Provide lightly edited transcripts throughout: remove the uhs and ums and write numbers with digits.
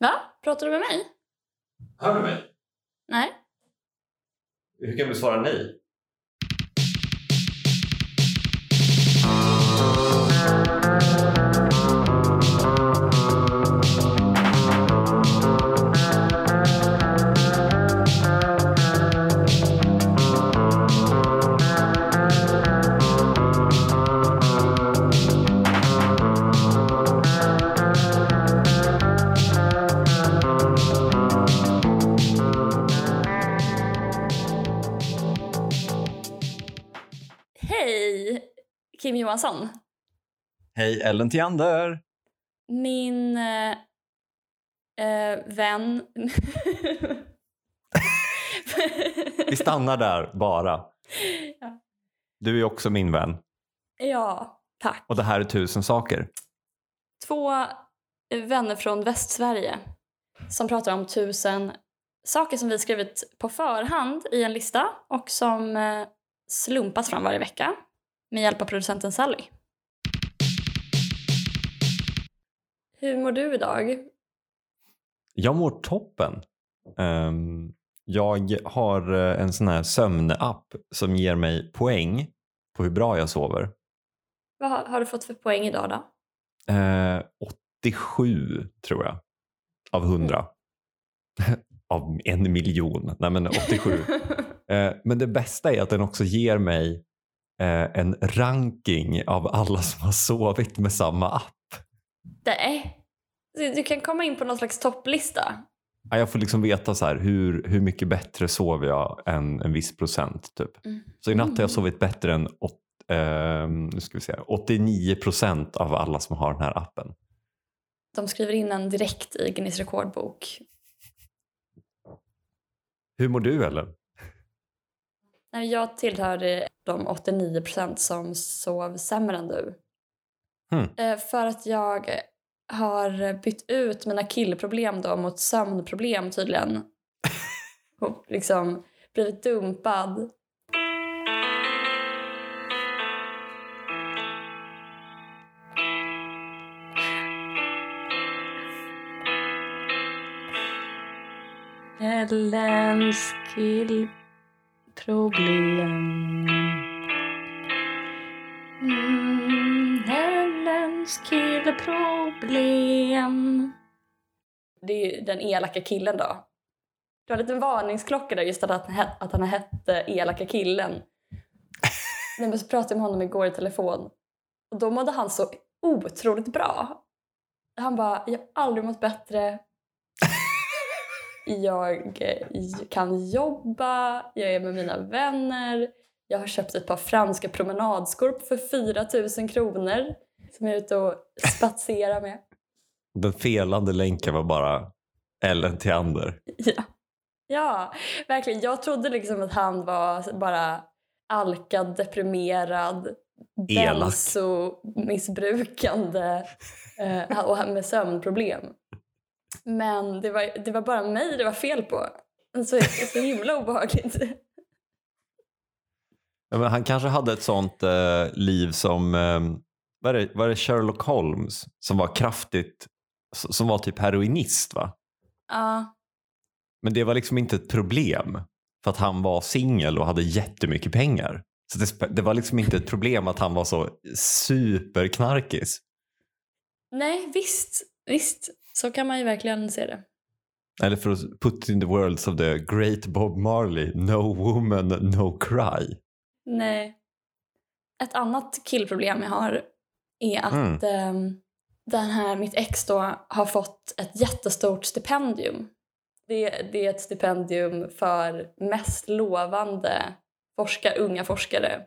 Va? Pratar du med mig? Hör du mig? Nej. Hur kan du svara nej? Hej, Kim Johansson. Hej, Ellen Theander. Min vän. Vi stannar där bara. Ja. Du är också min vän. Ja, tack. Och det här är 1000 saker. 2 vänner från Västsverige som pratar om 1000 saker som vi skrivit på förhand i en lista och som slumpas fram varje vecka med hjälp av producenten Sally. Hur mår du idag? Jag mår toppen. Jag har en sån här sömnapp som ger mig poäng på hur bra jag sover. Vad har du fått för poäng idag då? 87 tror jag. Av 100. Av 1 miljon. Nej, men 87. Men det bästa är att den också ger mig en ranking av alla som har sovit med samma app. Du kan komma in på någon slags topplista. Ja, jag får liksom veta så här, hur mycket bättre sover jag än en viss procent typ. Så i natt har jag sovit bättre än 89% av alla som har den här appen. De skriver in en direkt i Guinness rekordbok. Hur mår du, eller? Jag tillhör de 89% som sov sämre än du. För att jag har bytt ut mina killproblem då mot sömnproblem tydligen. Och liksom blivit dumpad. Ellens killproblem. Ellens killproblem. Det är ju den elaka killen då. Det var en liten varningsklocka där just att han hette elaka killen. Men så pratade jag med honom igår i telefon. Och då mådde han så otroligt bra. Han bara, jag har aldrig mått bättre. Jag kan jobba, jag är med mina vänner. Jag har köpt ett par franska promenadskor för 4 000 kronor som jag är ute och spatserar med. Den felande länken var bara Ellen Theander. Ja, verkligen. Jag trodde liksom att han var bara alkad, deprimerad, benzo-missbrukande och med sömnproblem. Men det var bara mig det var fel på. Så himla obehagligt. Ja, men han kanske hade ett sånt liv som var det Sherlock Holmes som var kraftigt, som var typ heroinist, va? Ja. Men det var liksom inte ett problem för att han var singel och hade jättemycket pengar. Så det var liksom inte ett problem att han var så superknarkis. Nej, visst. Så kan man ju verkligen se det. Eller för att put in the words of the great Bob Marley, no woman, no cry. Nej. Ett annat killproblem jag har är att den här, mitt ex då har fått ett jättestort stipendium. Det är ett stipendium för mest lovande unga forskare.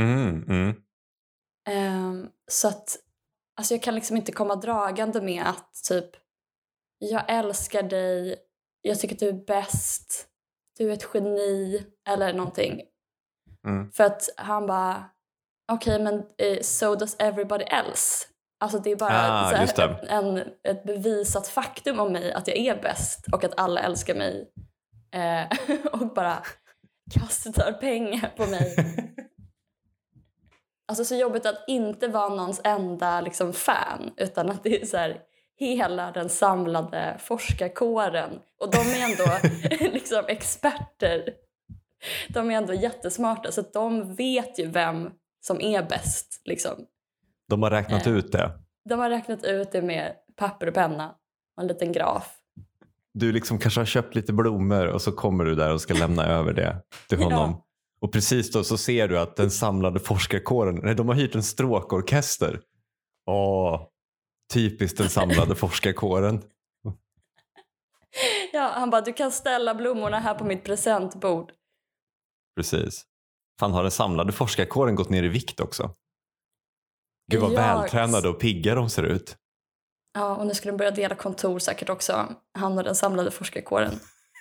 Så att alltså jag kan liksom inte komma dragande med att typ jag älskar dig, jag tycker att du är bäst, du är ett geni eller någonting. För att han bara okej, men so does everybody else. Alltså det är bara ett bevisat faktum om mig att jag är bäst och att alla älskar mig och bara kastar pengar på mig. Alltså så jobbigt att inte vara någons enda liksom fan, utan att det är så här hela den samlade forskarkåren. Och de är ändå liksom experter. De är ändå jättesmarta, så att de vet ju vem som är bäst. Liksom. De har räknat ut det. De har räknat ut det med papper och penna och en liten graf. Du liksom kanske har köpt lite blommor och så kommer du där och ska lämna över det till honom. Ja. Och precis då så ser du att den samlade forskarkåren, de har hyrt en stråkorkester. Typiskt den samlade forskarkåren. Ja, han bara, du kan ställa blommorna här på mitt presentbord. Precis. Fan, har den samlade forskarkåren gått ner i vikt också? Gud vad vältränade och pigga de ser ut. Ja, och nu ska de börja dela kontor säkert också. Han och den samlade forskarkåren.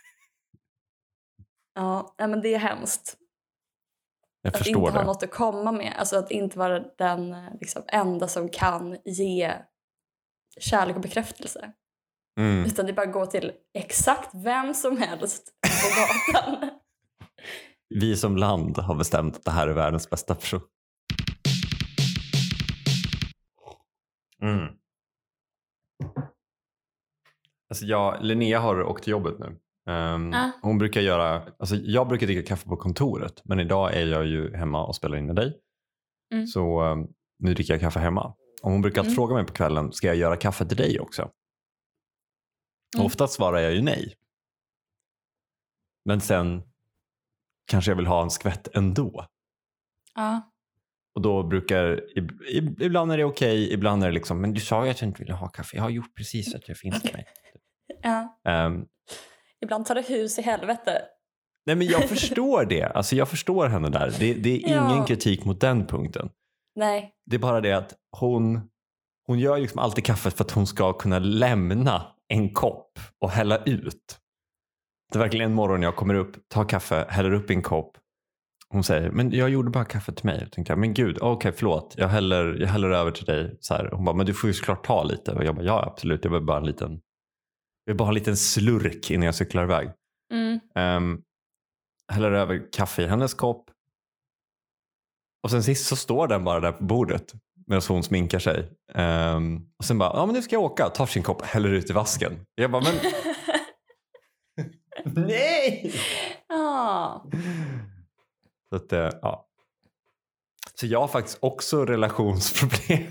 Ja, men det är hemskt. Jag att inte ha något att komma med. Alltså att inte vara den liksom, enda som kan ge kärlek och bekräftelse. Utan det bara gå till exakt vem som helst på gatan. Vi som land har bestämt att det här är världens bästa person. Alltså Linnea har åkt till jobbet nu. Hon brukar göra, alltså jag brukar dricka kaffe på kontoret, men idag är jag ju hemma och spelar in med dig. Så nu dricker jag kaffe hemma. Och hon brukar fråga mig på kvällen, ska jag göra kaffe till dig också? Oftast svarar jag ju nej. Men sen kanske jag vill ha en skvätt ändå. Ja. Och då brukar, ibland är det okej, ibland är det liksom, men du sa ju att jag inte ville ha kaffe. Jag har gjort precis att det finns till mig. Ja. Ibland tar det hus i helvete. Nej, men jag förstår det. Alltså jag förstår henne där. Det är ingen kritik mot den punkten. Nej. Det är bara det att hon gör liksom alltid kaffet för att hon ska kunna lämna en kopp och hälla ut. Det är verkligen en morgon jag kommer upp, tar kaffe, häller upp i en kopp. Hon säger, men jag gjorde bara kaffe till mig. Jag tänkte, men gud, okej, förlåt. Jag häller över till dig. Så här. Hon bara, men du får ju såklart ta lite. Och jag bara, ja absolut. Jag vill bara ha en liten slurk innan jag cyklar iväg. Häller över kaffe i hennes kopp. Och sen sist så står den bara där på bordet. Medan hon sminkar sig. Och sen bara, ja men nu ska jag åka. Tar sin kopp, häller ut i vasken. Jag bara, men... Nej! Så att, ja. Så jag har faktiskt också relationsproblem.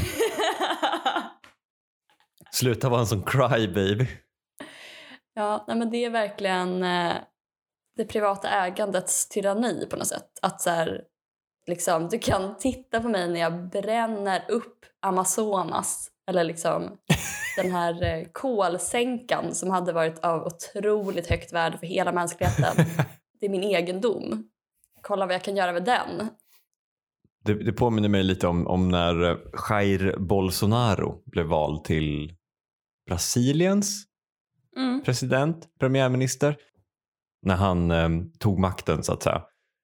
Sluta vara en sån crybaby. Ja, nej, men det är verkligen det privata ägandets tyranni på något sätt. Att så här, liksom, du kan titta på mig när jag bränner upp Amazonas. Eller liksom den här kolsänkan som hade varit av otroligt högt värde för hela mänskligheten. Det är min egendom. Kolla vad jag kan göra med den. Det påminner mig lite om när Jair Bolsonaro blev vald till Brasiliens premiärminister. När han tog makten så att säga.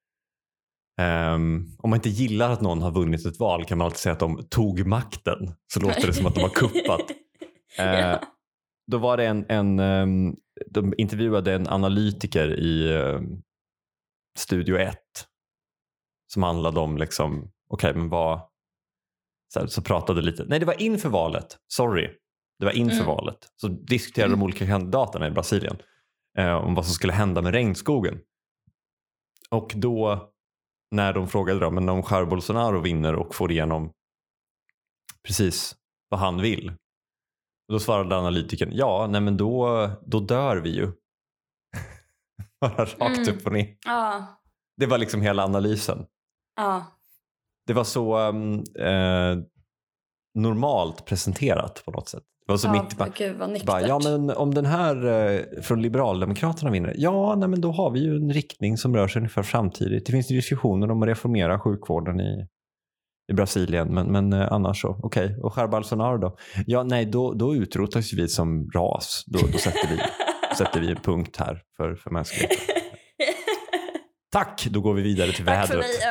Om man inte gillar att någon har vunnit ett val kan man alltid säga att de tog makten. Så låter det som att de har kuppat. Då var det de intervjuade en analytiker i Studio 1 som handlade om liksom, men vad så pratade lite. Nej, det var inför valet. Sorry. Det var inför valet. Så diskuterade de olika kandidaterna i Brasilien om vad som skulle hända med regnskogen. Och då när de frågade dem, men om Jair Bolsonaro vinner och får igenom precis vad han vill. Då svarade analytikern, men då dör vi ju. Bara rakt upp och ner. Det var liksom hela analysen. Det var så normalt presenterat på något sätt. Det var så men om den här från Liberaldemokraterna vinner, men då har vi ju en riktning som rör sig ungefär framtidigt. Det finns diskussioner om att reformera sjukvården i Brasilien, men annars så, okej. Och Jair Bolsonaro då? Då utrotas vi som ras. Då sätter vi en punkt här för mänskligheten. Tack, då går vi vidare till vädret. Tack för mig,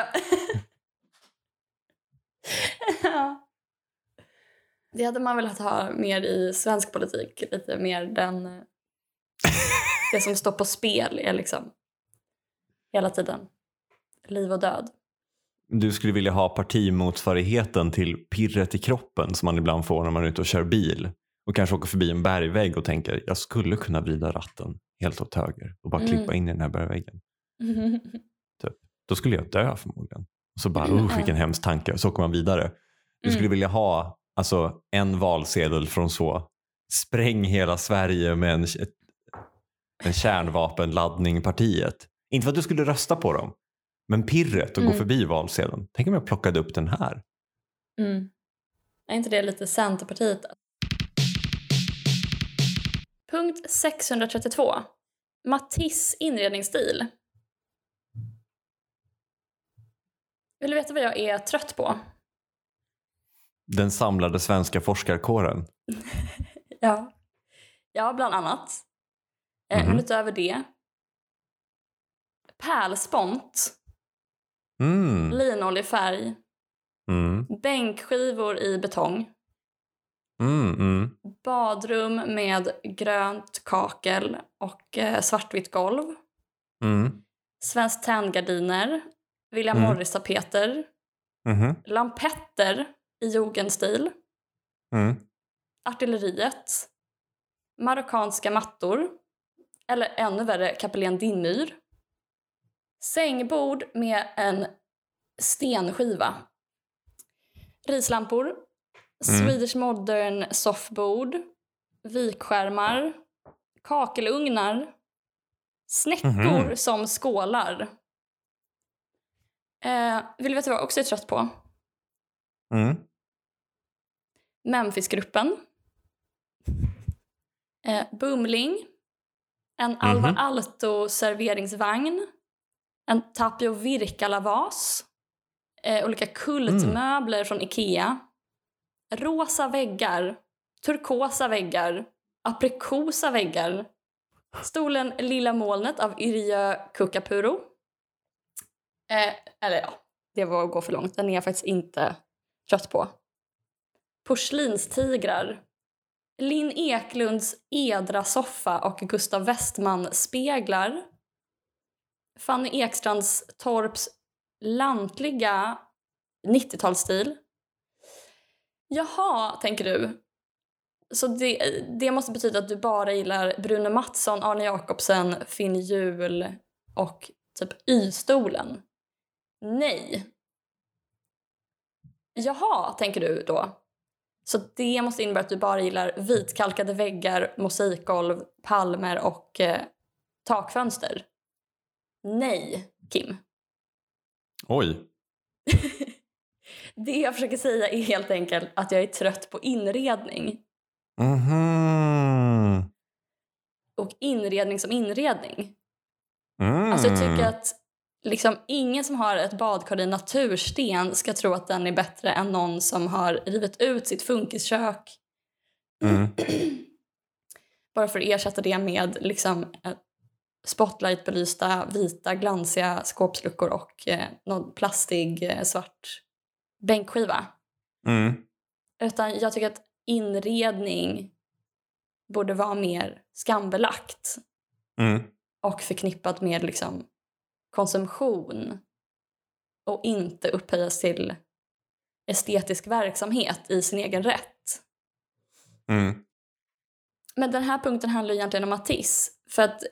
ja. Det hade man velat ha mer i svensk politik. Lite mer det som står på spel är liksom hela tiden liv och död. Du skulle vilja ha partimotsvarigheten till pirret i kroppen som man ibland får när man är ute och kör bil. Och kanske åker förbi en bergvägg och tänker jag skulle kunna vrida ratten helt åt höger och bara klippa in i den här bergväggen. Typ. Då skulle jag dö förmodligen. Och så bara, vilken hemsk tanke. Så kommer man vidare. Du skulle vilja ha alltså, en valsedel från så. Spräng hela Sverige med en kärnvapenladdning i partiet. Inte för att du skulle rösta på dem. Men pirret och gå förbi valsedeln. Tänk om jag plockade upp den här. Är inte det lite Centerpartiet? Punkt 632. Matisse inredningsstil. Vill du veta vad jag är trött på? Den samlade svenska forskarkåren. Ja, bland annat. Men utöver det. Pärlspont. Linoljefärg. Bänkskivor i betong. Badrum med grönt kakel och svartvitt golv. Svenskt tändgardiner. William Morris-tapeter. Lampetter i jugendstil. Artilleriet. Marockanska mattor. Eller ännu värre, Kapellen Dimmyr. Sängbord med en stenskiva. Rislampor. Swedish Modern soffbord. Vikskärmar. Kakelugnar. Snäckor som skålar. Vill du veta vad jag också är trött på? Memphis-gruppen. Bumling. En Alvar Aalto-serveringsvagn. En Tapio Virka-lavas. Olika kultmöbler från Ikea. Rosa väggar. Turkosa väggar. Aprikosa väggar. Stolen Lilla molnet av Yrjö Kukapuro. Eller ja, det var att gå för långt. Den är jag faktiskt inte trött på. Porslinstigrar. Linn Eklunds Edra soffa och Gustav Westman speglar. Fanny Ekstrands Torps lantliga 90-talsstil. Jaha, tänker du. Så det måste betyda att du bara gillar Bruno Mattsson, Arne Jacobsen, Finn Hjul och typ Y-stolen. Nej. Jaha, tänker du då. Så det måste innebära att du bara gillar vitkalkade väggar, mosaikgolv, palmer och takfönster. Nej, Kim. Oj. Det jag försöker säga är helt enkelt att jag är trött på inredning. Och inredning som inredning. Alltså jag tycker att liksom ingen som har ett badkar i natursten ska tro att den är bättre än någon som har rivit ut sitt funkiskök. Bara för att ersätta det med liksom spotlightbelysta vita glansiga skåpsluckor och någon plastig svart bänkskiva. Utan jag tycker att inredning borde vara mer skambelagt. Och förknippat med liksom konsumtion. Och inte upphöjas till estetisk verksamhet i sin egen rätt. Men den här punkten handlar egentligen om Matisse. För att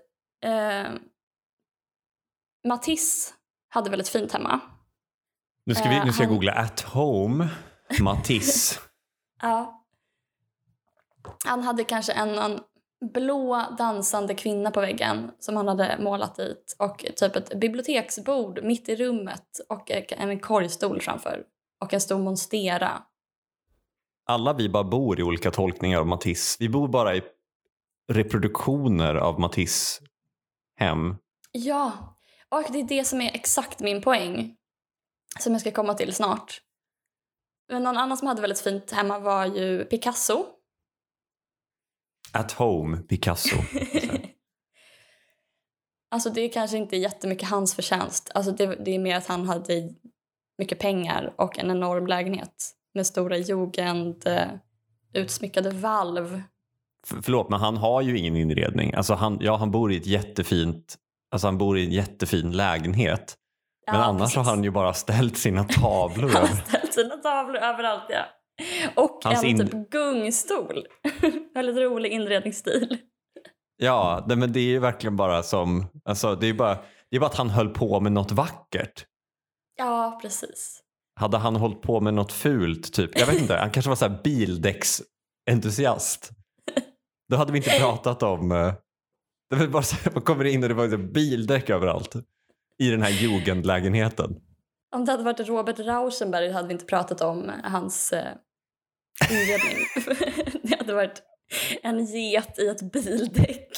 Matisse hade väldigt fint hemma. Nu ska jag googla at home Matisse. Ja. Han hade kanske en blå dansande kvinna på väggen som han hade målat dit. Och typ ett biblioteksbord mitt i rummet. Och en korgstol framför. Och en stor monstera. Alla vi bara bor i olika tolkningar av Matisse. Vi bor bara i reproduktioner av Matisse hem. Ja, och det är det som är exakt min poäng. Som jag ska komma till snart. Men någon annan som hade väldigt fint hemma var ju Picasso. At home Picasso. Alltså det är kanske inte jättemycket hans förtjänst. Alltså det är mer att han hade mycket pengar och en enorm lägenhet. Med stora jugend, utsmyckade valv. Förlåt, men han har ju ingen inredning. Alltså han bor i ett jättefint... Alltså han bor i en jättefin lägenhet. Men annars har han ju bara ställt sina tavlor. Han har ställt sina tavlor överallt, ja. Och en typ gungstol. Väldigt rolig inredningsstil. Ja, men det är ju verkligen bara som... Alltså, det är bara att han höll på med något vackert. Ja, precis. Hade han hållit på med något fult, typ... Jag vet inte, han kanske var så här bildäcksentusiast. Då hade vi inte pratat om... Det var bara så här, man kommer in och det var bildäck överallt. I den här jugendlägenheten. Om det hade varit Robert Rauschenberg hade vi inte pratat om hans inredning. Det hade varit en get i ett bildäck.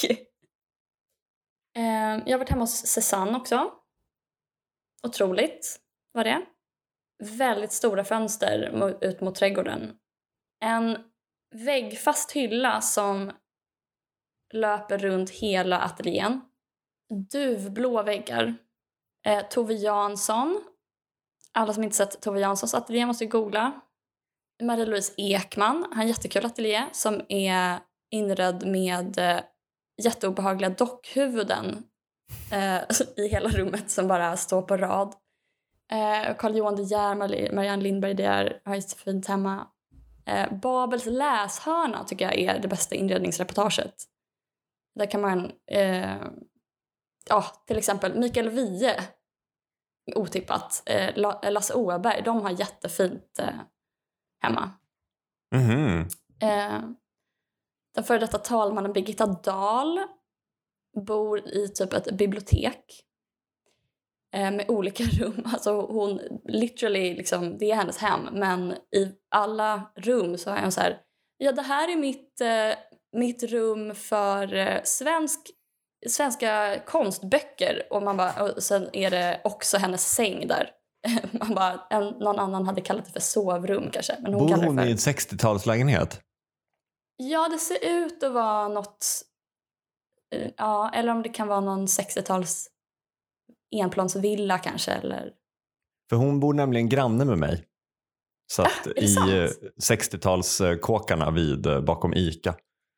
Jag har varit hemma hos Cézanne också. Otroligt var det. Väldigt stora fönster ut mot trädgården. En väggfast hylla som löper runt hela ateljén. Duvblå väggar. Tove Jansson. Alla som inte sett Tove Janssons ateljé måste googla. Marie-Louise Ekman har en jättekul ateljé som är inredd med jätteobehagliga dockhuvuden i hela rummet som bara står på rad. Carl-Johan De Geer, Marianne Lindberg har ett fint hemma. Babels läshörna tycker jag är det bästa inredningsreportaget. Där kan man till exempel Mikael Wiehe, otippat, Lasse Åberg, de har jättefint hemma. Mhm. Den före detta talmannen Birgitta Dahl bor i typ ett bibliotek med olika rum. Alltså hon literally liksom, det är hennes hem, men i alla rum så har hon så här: ja, det här är mitt rum för svenska konstböcker, och man bara, och sen är det också hennes säng där. Man bara, någon annan hade kallat det för sovrum kanske, men hon bor kallar hon det för... i en 60-talslägenhet? Ja, det ser ut att vara något... Ja, eller om det kan vara någon 60-tals enplansvilla kanske, eller... För hon bor nämligen granne med mig. Så att är det i sant? 60-talskåkarna bakom ICA.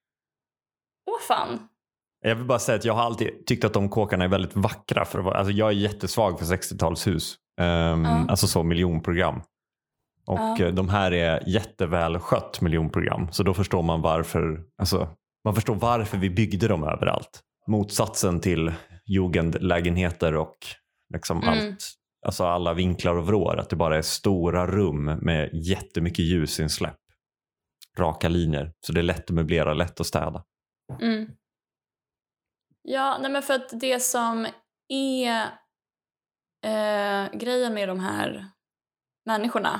Åh fan. Jag vill bara säga att jag har alltid tyckt att de kåkarna är väldigt vackra. Alltså jag är jättesvag för 60-talshus. Alltså så miljonprogram. Och de här är jättevälskött miljonprogram. Så då förstår man varför, alltså, man förstår varför vi byggde dem överallt. Motsatsen till jugendlägenheter och liksom allt, alltså alla vinklar och vrår. Att det bara är stora rum med jättemycket ljusinsläpp. Raka linjer. Så det är lätt att möblera, lätt att städa. Mm. Ja, nej, men för att det som är grejen med de här människorna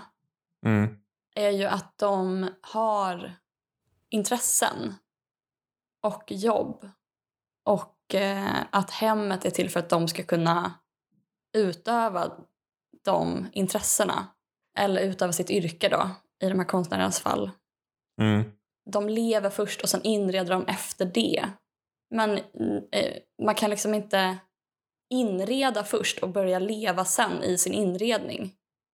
är ju att de har intressen och jobb, och att hemmet är till för att de ska kunna utöva de intressena, eller utöva sitt yrke då, i de här konstnärernas fall. De lever först och sen inreder de efter det. Men man kan liksom inte inreda först och börja leva sen i sin inredning.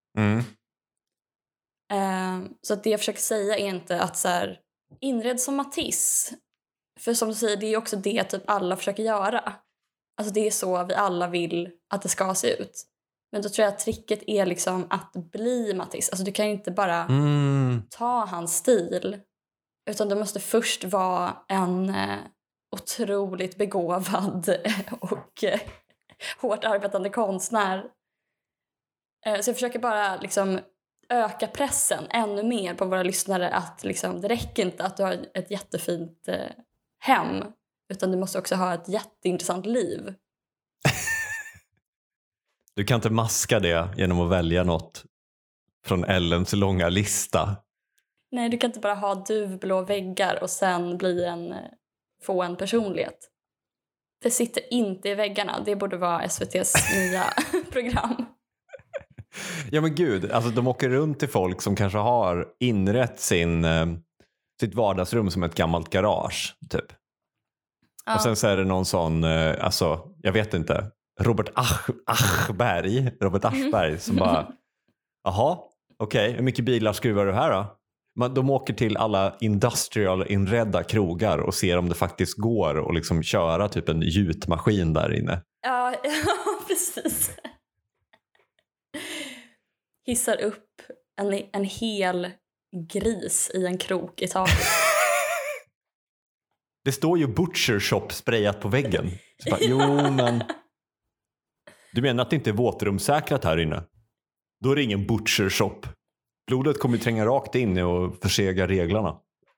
Så att det jag försöker säga är inte att så här, inred som Matisse. För som du säger, det är också det typ alla försöker göra. Alltså det är så vi alla vill att det ska se ut. Men då tror jag att tricket är liksom att bli Matisse. Alltså du kan ju inte bara ta hans stil. Utan du måste först vara en otroligt begåvad och hårt arbetande konstnär. Så jag försöker bara liksom öka pressen ännu mer på våra lyssnare, att liksom, det räcker inte att du har ett jättefint hem, utan du måste också ha ett jätteintressant liv. Du kan inte maska det genom att välja något från Ellens långa lista. Nej, du kan inte bara ha duvblå väggar och sen få en personlighet. Det sitter inte i väggarna. Det borde vara SVT:s nya program. Ja men gud, alltså de åker runt till folk som kanske har inrett sitt vardagsrum som ett gammalt garage typ. Ja. Och sen så är det någon sån, alltså jag vet inte, Robert Aschberg som bara, jaha, okej, hur mycket bilar skruvar du här då? Men de åker till alla industrial-inredda krogar och ser om det faktiskt går att liksom köra typ en gjutmaskin där inne. Ja, precis. Hissar upp en hel gris i en krok i taket. Det står ju Butcher Shop sprayat på väggen. Så bara, jo, men... Du menar att det inte är våtrumssäkrat här inne? Då är det ingen Butcher Shop. Blodet kommer ju tränga rakt in och försega reglarna.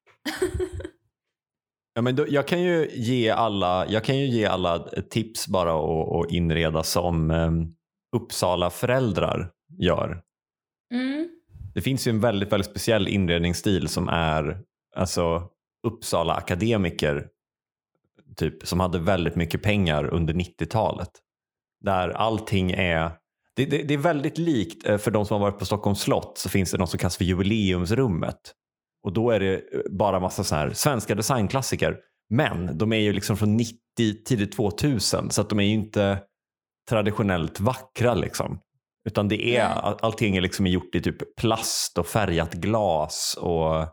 Ja, men då, jag kan ju ge alla tips bara och inreda som Uppsala föräldrar gör. Det finns ju en väldigt, väldigt speciell inredningsstil som är alltså Uppsala akademiker typ, som hade väldigt mycket pengar under 90-talet. Där allting är... Det är väldigt likt, för de som har varit på Stockholms slott så finns det något som kallas för jubileumsrummet. Och då är det bara massa så här svenska designklassiker. Men de är ju liksom från 90 till 2000, så att de är ju inte traditionellt vackra liksom. Utan det är, allting är liksom gjort i typ plast och färgat glas och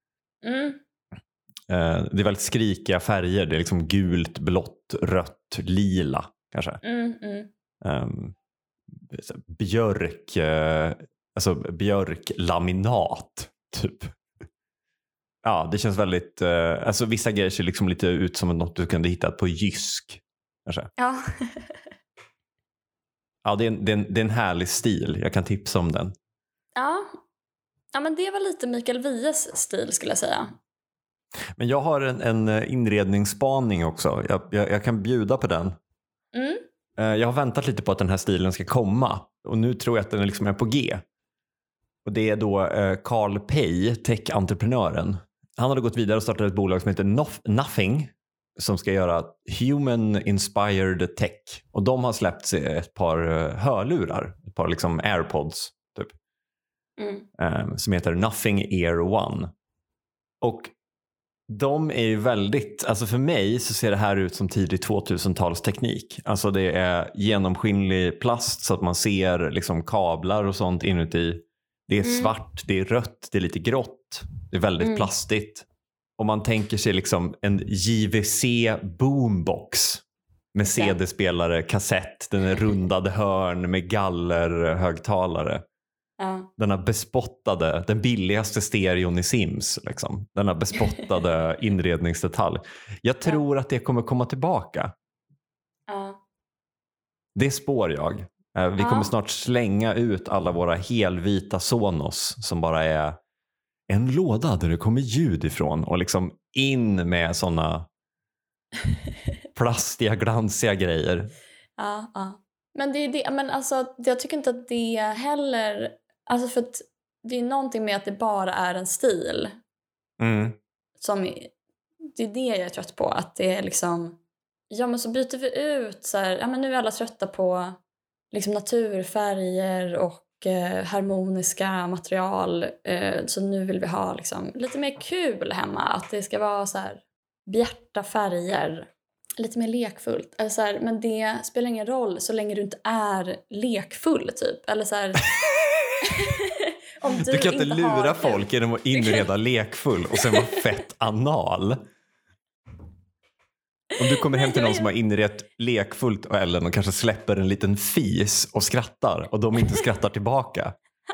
det är väldigt skrikiga färger. Det är liksom gult, blått, rött, lila kanske. Björklaminat typ. Ja, det känns väldigt alltså vissa grejer ser liksom lite ut som något du kunde hitta på Jysk kanske. Ja. Ja, det är en härlig stil. Jag kan tipsa om den. Ja, men det var lite Mikael Wiehes stil skulle jag säga. Men jag har en inredningsspaning också. Jag kan bjuda på den. Jag har väntat lite på att den här stilen ska komma. Och nu tror jag att den liksom är på G. Och det är då Carl Pei, tech-entreprenören. Han hade gått vidare och startat ett bolag som heter Nothing. Som ska göra human-inspired tech. Och de har släppt ett par hörlurar. Ett par liksom AirPods typ. Som heter Nothing Ear One. Och de är ju väldigt, alltså för mig så ser det här ut som tidig 2000-talsteknik. Alltså det är genomskinlig plast så att man ser liksom kablar och sånt inuti. Det är svart, det är rött, det är lite grått. Det är väldigt plastigt. Och man tänker sig liksom en JVC boombox med CD-spelare, kassett, den är rundade hörn med gallerhögtalare. Denna bespottade, den billigaste stereon i Sims liksom. Denna bespottade inredningsdetalj. Jag tror att det kommer komma tillbaka. Det spår jag. Vi kommer snart slänga ut alla våra helvita Sonos som bara är en låda där det kommer ljud ifrån och liksom in med såna plastiga, glansiga grejer. Men det är det, men alltså jag tycker inte att det heller, alltså för att det är någonting med att det bara är en stil. Som det är det jag är trött på, att det är liksom, ja men så byter vi ut så här, ja men nu är alla trötta på liksom naturfärger och harmoniska material, så nu vill vi ha liksom lite mer kul hemma, att det ska vara så här bjärta färger, lite mer lekfullt, eller så här, men det spelar ingen roll så länge du inte är lekfull typ, eller så här. Om du kan inte lura folk genom att inreda lekfull och sen vara fett anal. Om du kommer hem till någon som har inrett lekfullt och Ellen och kanske släpper en liten fis och skrattar och de inte skrattar tillbaka.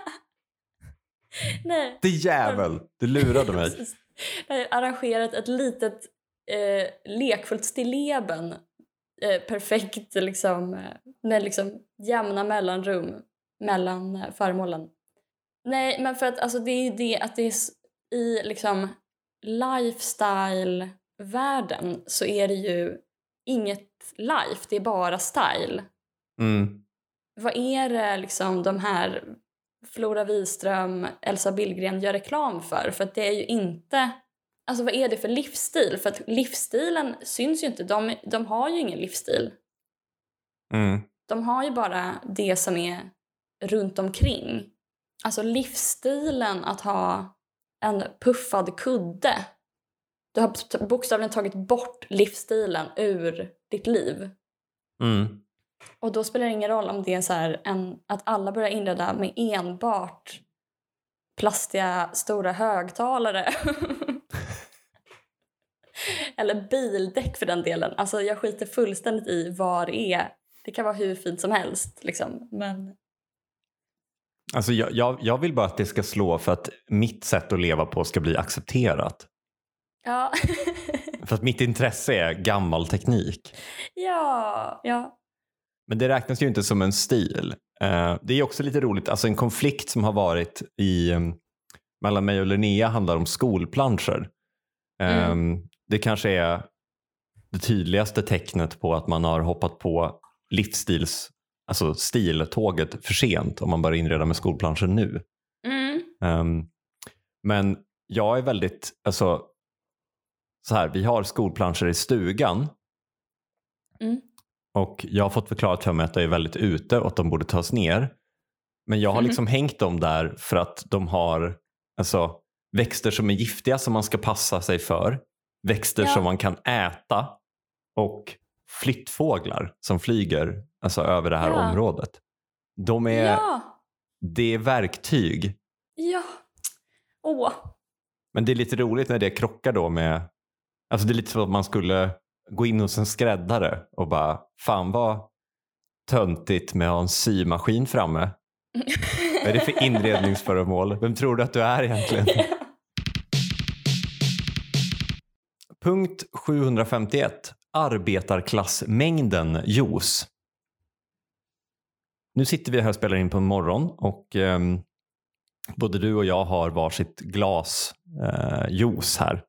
Nej. Det jävel, du lurade mig. Jag har arrangerat ett litet lekfullt stilleben, perfekt liksom, med liksom jämna mellanrum mellan föremålen. Nej, men för att alltså, det är det att det är i liksom lifestyle-världen så är det ju inget life, det är bara style. Vad är det liksom de här Flora Wiström, Elsa Billgren gör reklam för? För att det är ju inte, alltså vad är det för livsstil? För att livsstilen syns ju inte, de har ju ingen livsstil. De har ju bara det som är runt omkring. Alltså livsstilen att ha en puffad kudde. Du har bokstavligen tagit bort livsstilen ur ditt liv. Och då spelar det ingen roll om det är så här att alla börjar inreda med enbart plastiga stora högtalare. Eller bildäck för den delen. Alltså jag skiter fullständigt i vad det är. Det kan vara hur fint som helst liksom. Men Alltså jag vill bara att det ska slå för att mitt sätt att leva på ska bli accepterat. Ja. För att mitt intresse är gammal teknik. Ja. Men det räknas ju inte som en stil. Det är också lite roligt. Alltså en konflikt som har varit mellan mig och Linnea handlar om skolplanscher. Det kanske är det tydligaste tecknet på att man har hoppat på alltså stiltåget för sent om man börjar inreda med skolplanscher nu. Men jag är väldigt, alltså så här, vi har skolplanscher i stugan. Och jag har fått förklarat för mig att det är väldigt ute och att de borde tas ner. Men jag har liksom hängt dem där för att de har alltså växter som är giftiga som man ska passa sig för. Växter som man kan äta. Och flyttfåglar som flyger alltså över det här området. Det är verktyg. Ja. Men det är lite roligt när det krockar då med, alltså det är lite som att man skulle gå in hos en skräddare och bara, fan vad töntigt med att ha en symaskin framme. Vad är det för inredningsföremål? Vem tror du att du är egentligen? Punkt 751. Arbetarklassmängden juice. Nu sitter vi här och spelar in på en morgon och både du och jag har varsitt glas juice här.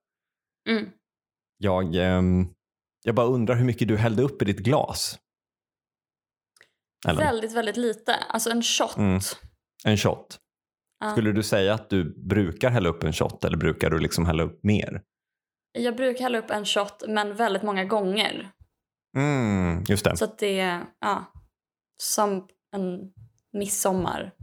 Jag bara undrar hur mycket du hällde upp i ditt glas. Eller? Väldigt, väldigt lite. Alltså en shot. En shot. Skulle du säga att du brukar hälla upp en shot eller brukar du liksom hälla upp mer? Jag brukar hälla upp en shot men väldigt många gånger. Just det. Så att det är som en midsommar.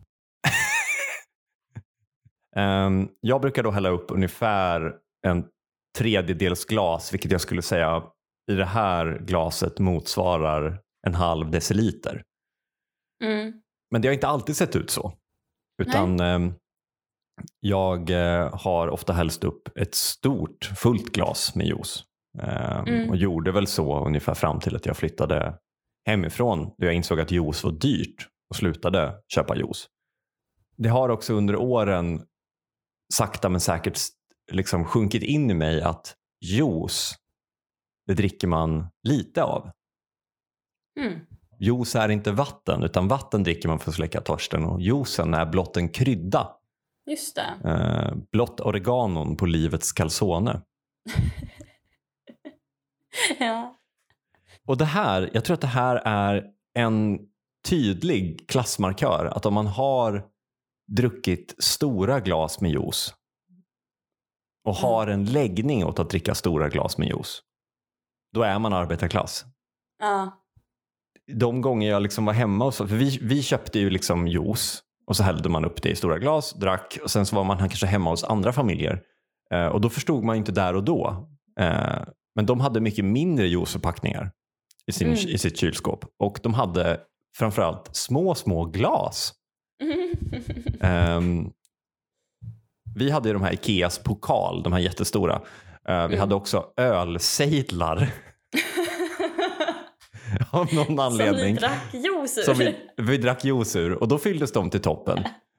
Jag brukar då hälla upp ungefär en 1/3 glas, vilket jag skulle säga i det här glaset motsvarar 1/2 deciliter. Men det har inte alltid sett ut så. Utan jag har ofta hällt upp ett stort fullt glas med juice. Och gjorde väl så ungefär fram till att jag flyttade hemifrån. Då jag insåg att juice var dyrt och slutade köpa juice. Det har också under åren sakta men säkert liksom sjunkit in i mig att juice, det dricker man lite av. Juice är inte vatten, utan vatten dricker man för att släcka törsten och juicen är blott en krydda. Just det. Blott oreganon på livets calzone. Ja. Och det här, jag tror att det här är en tydlig klassmarkör. Att om man har druckit stora glas med juice och har en läggning åt att dricka stora glas med juice, då är man arbetarklass. De gånger jag liksom var hemma och så, för vi köpte ju liksom juice och så hällde man upp det i stora glas, drack och sen så var man kanske hemma hos andra familjer och då förstod man inte där och då. Men de hade mycket mindre juiceförpackningar i sitt kylskåp och de hade framförallt små glas. Vi hade ju de här Ikeas pokal, de här jättestora. Vi hade också ölsejdlar. Av någon anledning. Som ni drack juice ur. Som vi drack juice ur. Och då fylldes de till toppen.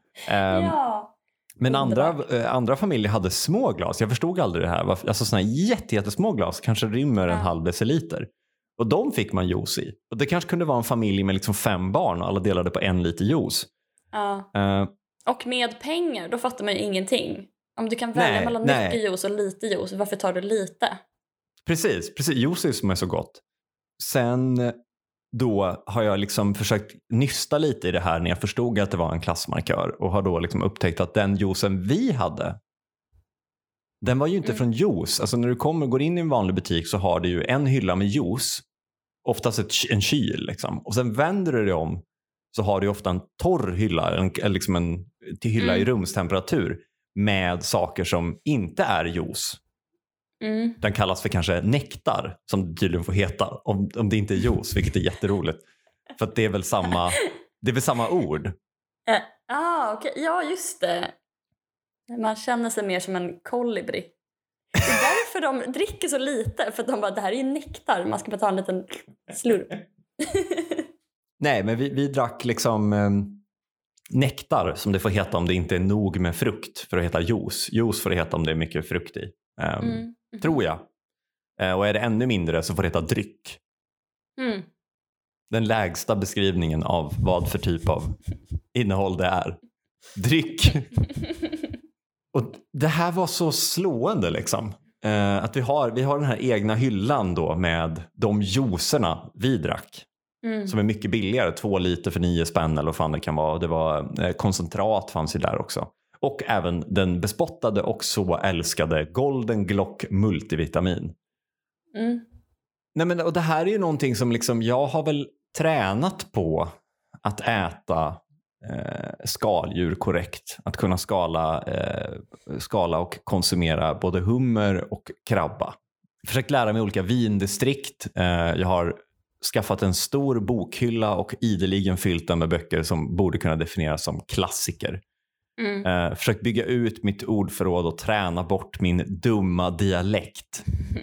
Men andra familjer hade små glas. Jag förstod aldrig det här. Alltså såna här jättesmå glas kanske rymmer 1/2 deciliter. Och de fick man juice i. Och det kanske kunde vara en familj med liksom 5 barn och alla delade på 1 liter juice. Och med pengar, då fattar man ju ingenting. Om du kan välja mellan mycket juice och lite juice, varför tar du lite? Precis. Juice är som är så gott. Sen då har jag liksom försökt nysta lite i det här när jag förstod att det var en klassmarkör och har då liksom upptäckt att den juicen vi hade, den var ju inte från juice. Alltså när du går in i en vanlig butik så har du ju en hylla med juice, oftast en kyl liksom. Och sen vänder du dig om så har du ofta en torr hylla, liksom en hylla i rumstemperatur med saker som inte är juice. Den kallas för kanske nektar, som det tydligen får heta om det inte är juice, vilket är jätteroligt. För att det är väl samma ord. Okej. Ja, just det. Man känner sig mer som en kolibri. Det är därför de dricker så lite, för att de bara, det här är ju nektar, man ska bara ta en liten slurp. Nej, men vi drack liksom nektar, som det får heta om det inte är nog med frukt för att heta juice. Juice får det heta om det är mycket frukt i. Tror jag. Och är det ännu mindre så får det heta dryck. Den lägsta beskrivningen av vad för typ av innehåll det är. Dryck. Och det här var så slående liksom. Att vi har den här egna hyllan då med de juicerna vi drack. Som är mycket billigare. 2 liter för 9 spänn eller vad fan det kan vara. Det var koncentrat fanns ju där också. Och även den bespottade och så älskade Golden Glock multivitamin. Nej, men, och det här är ju någonting som liksom, jag har väl tränat på att äta skaldjur korrekt. Att kunna skala och konsumera både hummer och krabba. Försökt lära mig olika vindistrikt. Jag har skaffat en stor bokhylla och ideligen fyllt den med böcker som borde kunna definieras som klassiker. Försökt bygga ut mitt ordförråd och träna bort min dumma dialekt.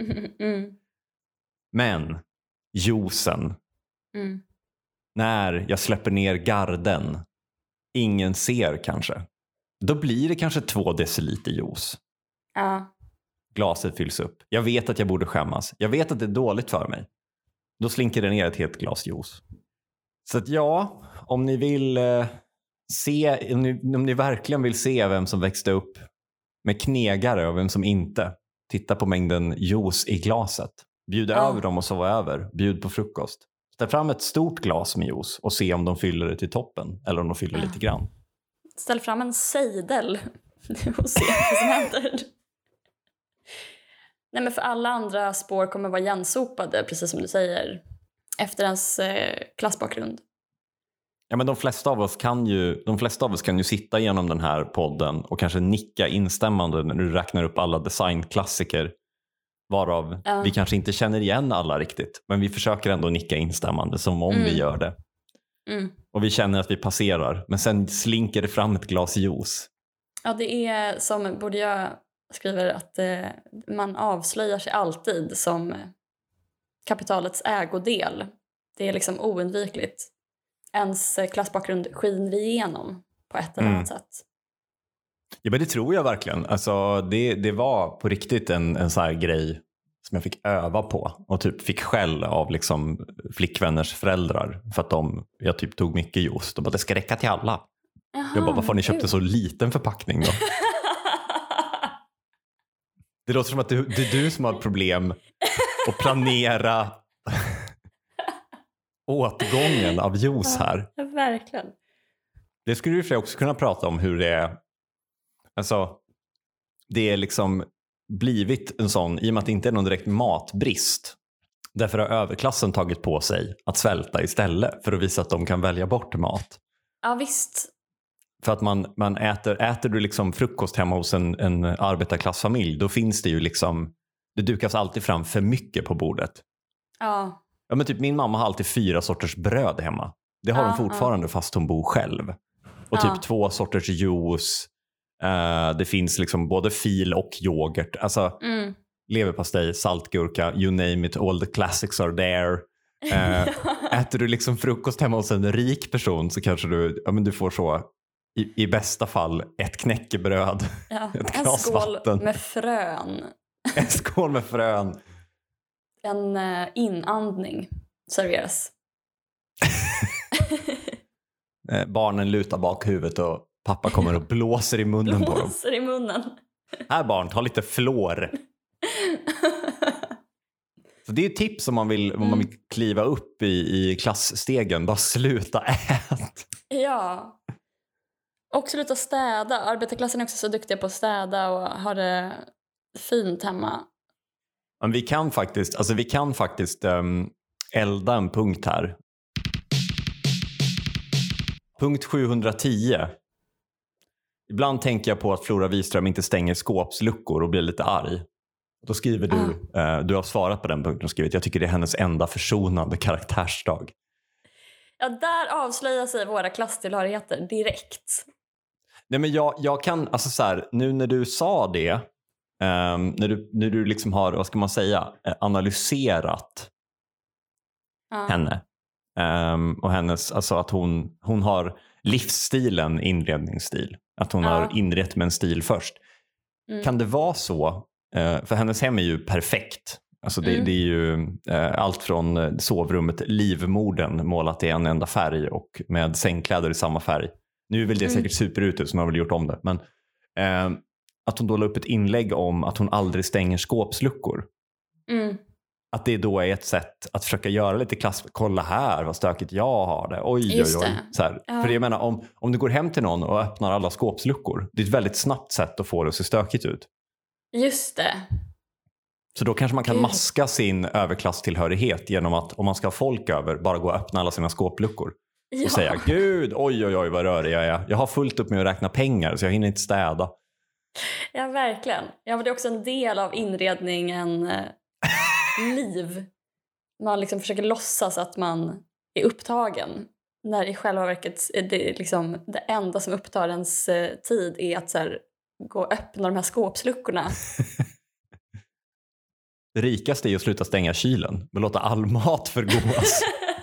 Men juicen, när jag släpper ner garden, ingen ser kanske, då blir det kanske 2 deciliter juice. Glaset fylls upp. Jag vet att jag borde skämmas. Jag vet att det är dåligt för mig. Då slinker det ner ett helt glas juice. Så att ja, om ni vill om ni verkligen vill se vem som växte upp med knegare och vem som inte, titta på mängden juice i glaset. Bjud över dem och sova över. Bjud på frukost. Ställ fram ett stort glas med juice och se om de fyller det till toppen eller om de fyller lite grann. Ställ fram en sejdel och se vad som händer. Nej, men för alla andra spår kommer vara igensopade, precis som du säger, efter ens klassbakgrund. Ja, men de flesta av oss kan ju sitta genom den här podden och kanske nicka instämmande när du räknar upp alla designklassiker, varav vi kanske inte känner igen alla riktigt, men vi försöker ändå nicka instämmande som om vi gör det. Och vi känner att vi passerar, men sen slinker det fram ett glas juice. Ja, det är som borde jag skriver att man avslöjar sig alltid som kapitalets ägodel. Det är liksom oundvikligt. Ens klassbakgrund skiner igenom på ett eller annat sätt. Ja, men det tror jag verkligen. Alltså, det var på riktigt en så här grej som jag fick öva på. Och typ fick skäll av liksom flickvänners föräldrar. För att jag typ tog mycket juice. De bara, det ska räcka till alla. Jag bara, varför har ni köpt en så liten förpackning då? Det låter som att det är du som har problem att planera åtgången av juice här. Ja, verkligen. Det skulle vi också kunna prata om hur det är. Alltså, det är liksom blivit en sån, i och med att det inte är någon direkt matbrist. Därför har överklassen tagit på sig att svälta istället för att visa att de kan välja bort mat. Ja, visst. För att man äter du liksom frukost hemma hos en arbetarklassfamilj, då finns det ju liksom, det dukas alltid fram för mycket på bordet. Ja. Ja, men typ min mamma har alltid 4 sorters bröd hemma. Det har hon fortfarande fast hon bor själv. Och typ 2 sorters juice. Det finns liksom både fil och yoghurt. Alltså leverpastej, saltgurka, you name it, all the classics are there. Äter du liksom frukost hemma hos en rik person så kanske du får så i bästa fall ett knäckebröd, ett glas vatten. Med frön. En skål med frön. En inandning serveras. Barnen lutar bak huvudet och pappa kommer och blåser i munnen på dem. Blåser i munnen. Här barn, ta lite flår. Så det är ett tips om man vill kliva upp i klassstegen. Bara sluta äta. Ja. Och sluta städa. Arbetarklassen är också så duktiga på att städa och ha det fint hemma. Men vi kan faktiskt elda en punkt här. Punkt 710. Ibland tänker jag på att Flora Wiström inte stänger skåpsluckor och blir lite arg. Då skriver du har svarat på den punkten och skrivit, jag tycker det är hennes enda försonande karaktärsdag. Ja, där avslöjar sig våra klasstillhörigheter direkt. Nej, men jag kan, alltså så här, nu när du sa det, när du liksom har, vad ska man säga, analyserat henne och hennes, alltså att hon har livsstilen inredningsstil. Att hon har inrett med en stil först. Kan det vara så? För hennes hem är ju perfekt. Alltså det är ju allt från sovrummet livmodern målat i en enda färg och med sängkläder i samma färg. Nu är väl det säkert superute som har väl gjort om det. Men att hon då la upp ett inlägg om att hon aldrig stänger skåpsluckor. Att det då är ett sätt att försöka göra lite klass. Kolla här vad stökigt jag har det. Oj. Så här. För jag menar om du går hem till någon och öppnar alla skåpsluckor. Det är ett väldigt snabbt sätt att få det att se stökigt ut. Just det. Så då kanske man kan maska sin överklasstillhörighet genom att om man ska ha folk över bara gå och öppna alla sina skåpluckor. Och säga gud oj vad rörig jag är. Jag har fullt upp med att räkna pengar så jag hinner inte städa. Ja verkligen. Ja, men det är också en del av inredningen liv. Man liksom försöker låtsas att man är upptagen. När i själva verket är det liksom det enda som upptar ens tid är att så här, gå och öppna de här skåpsluckorna. Det rikaste är att sluta stänga kylen och låta all mat förgås.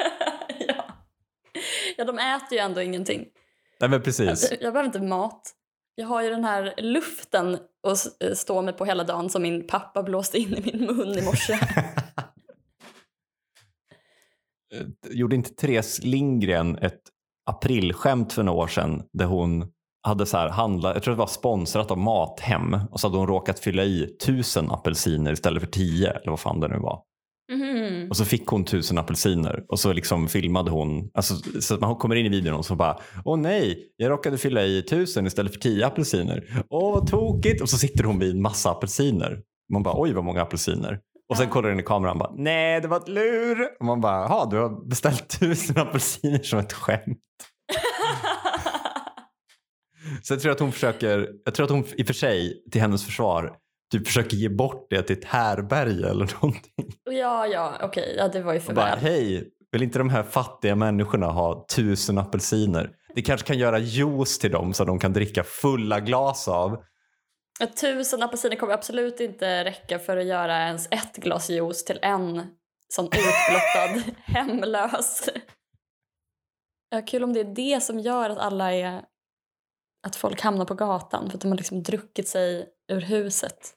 Ja, de äter ju ändå ingenting. Nej, men precis. Jag behöver inte mat. Jag har ju den här luften att stå med på hela dagen som min pappa blåste in i min mun i morse. Gjorde inte Therese Lindgren ett aprilskämt för några år sedan där hon hade så här handlat, jag tror det var sponsrat av Mathem och så hade hon råkat fylla i 1000 apelsiner istället för 10 eller vad fan det nu var. Och så fick hon 1000 apelsiner och så liksom filmade hon, alltså, så att man kommer in i videon och så bara åh nej, jag råkade fylla i 1000 istället för 10 apelsiner. Åh vad tokigt. Och så sitter hon vid en massa apelsiner. Man bara oj vad många apelsiner. Och sen kollar den i kameran och bara nej det var ett lur. Och man bara ja du har beställt 1000 apelsiner som ett skämt. Så jag tror att hon i och för sig till hennes försvar typ försöker ge bort det till ett härberge eller någonting. Ja, okej. Ja, det var ju för bara, hej, vill inte de här fattiga människorna ha 1000 apelsiner? Det kanske kan göra juice till dem så de kan dricka fulla glas av. 1000 apelsiner kommer absolut inte räcka för att göra ens ett glas juice till en sån utblottad hemlös. Ja, kul om det är det som gör att folk hamnar på gatan för att de har liksom druckit sig ur huset.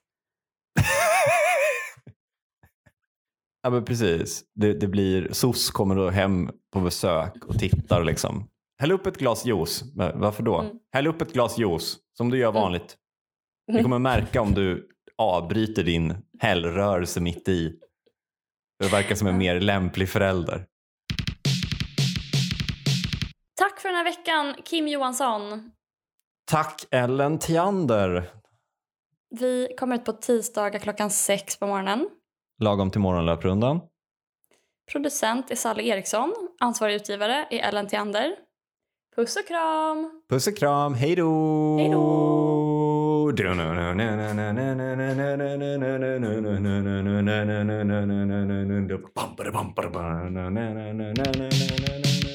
Ja men precis. Det blir SOS kommer då hem på besök och tittar liksom. Häll upp ett glas juice. Varför då? Häll upp ett glas juice som du gör vanligt. Du kommer märka om du avbryter din hällrörelse mitt i. Det verkar som en mer lämplig förälder. Tack för den här veckan, Kim Johansson. Tack Ellen Theander. Vi kommer ut på tisdagar 6:00 på morgonen. Lagom till morgonlöprundan. Producent är Sally Eriksson. Ansvarig utgivare är Ellen Theander. Puss och kram. Puss och kram. Hej då. Hej då.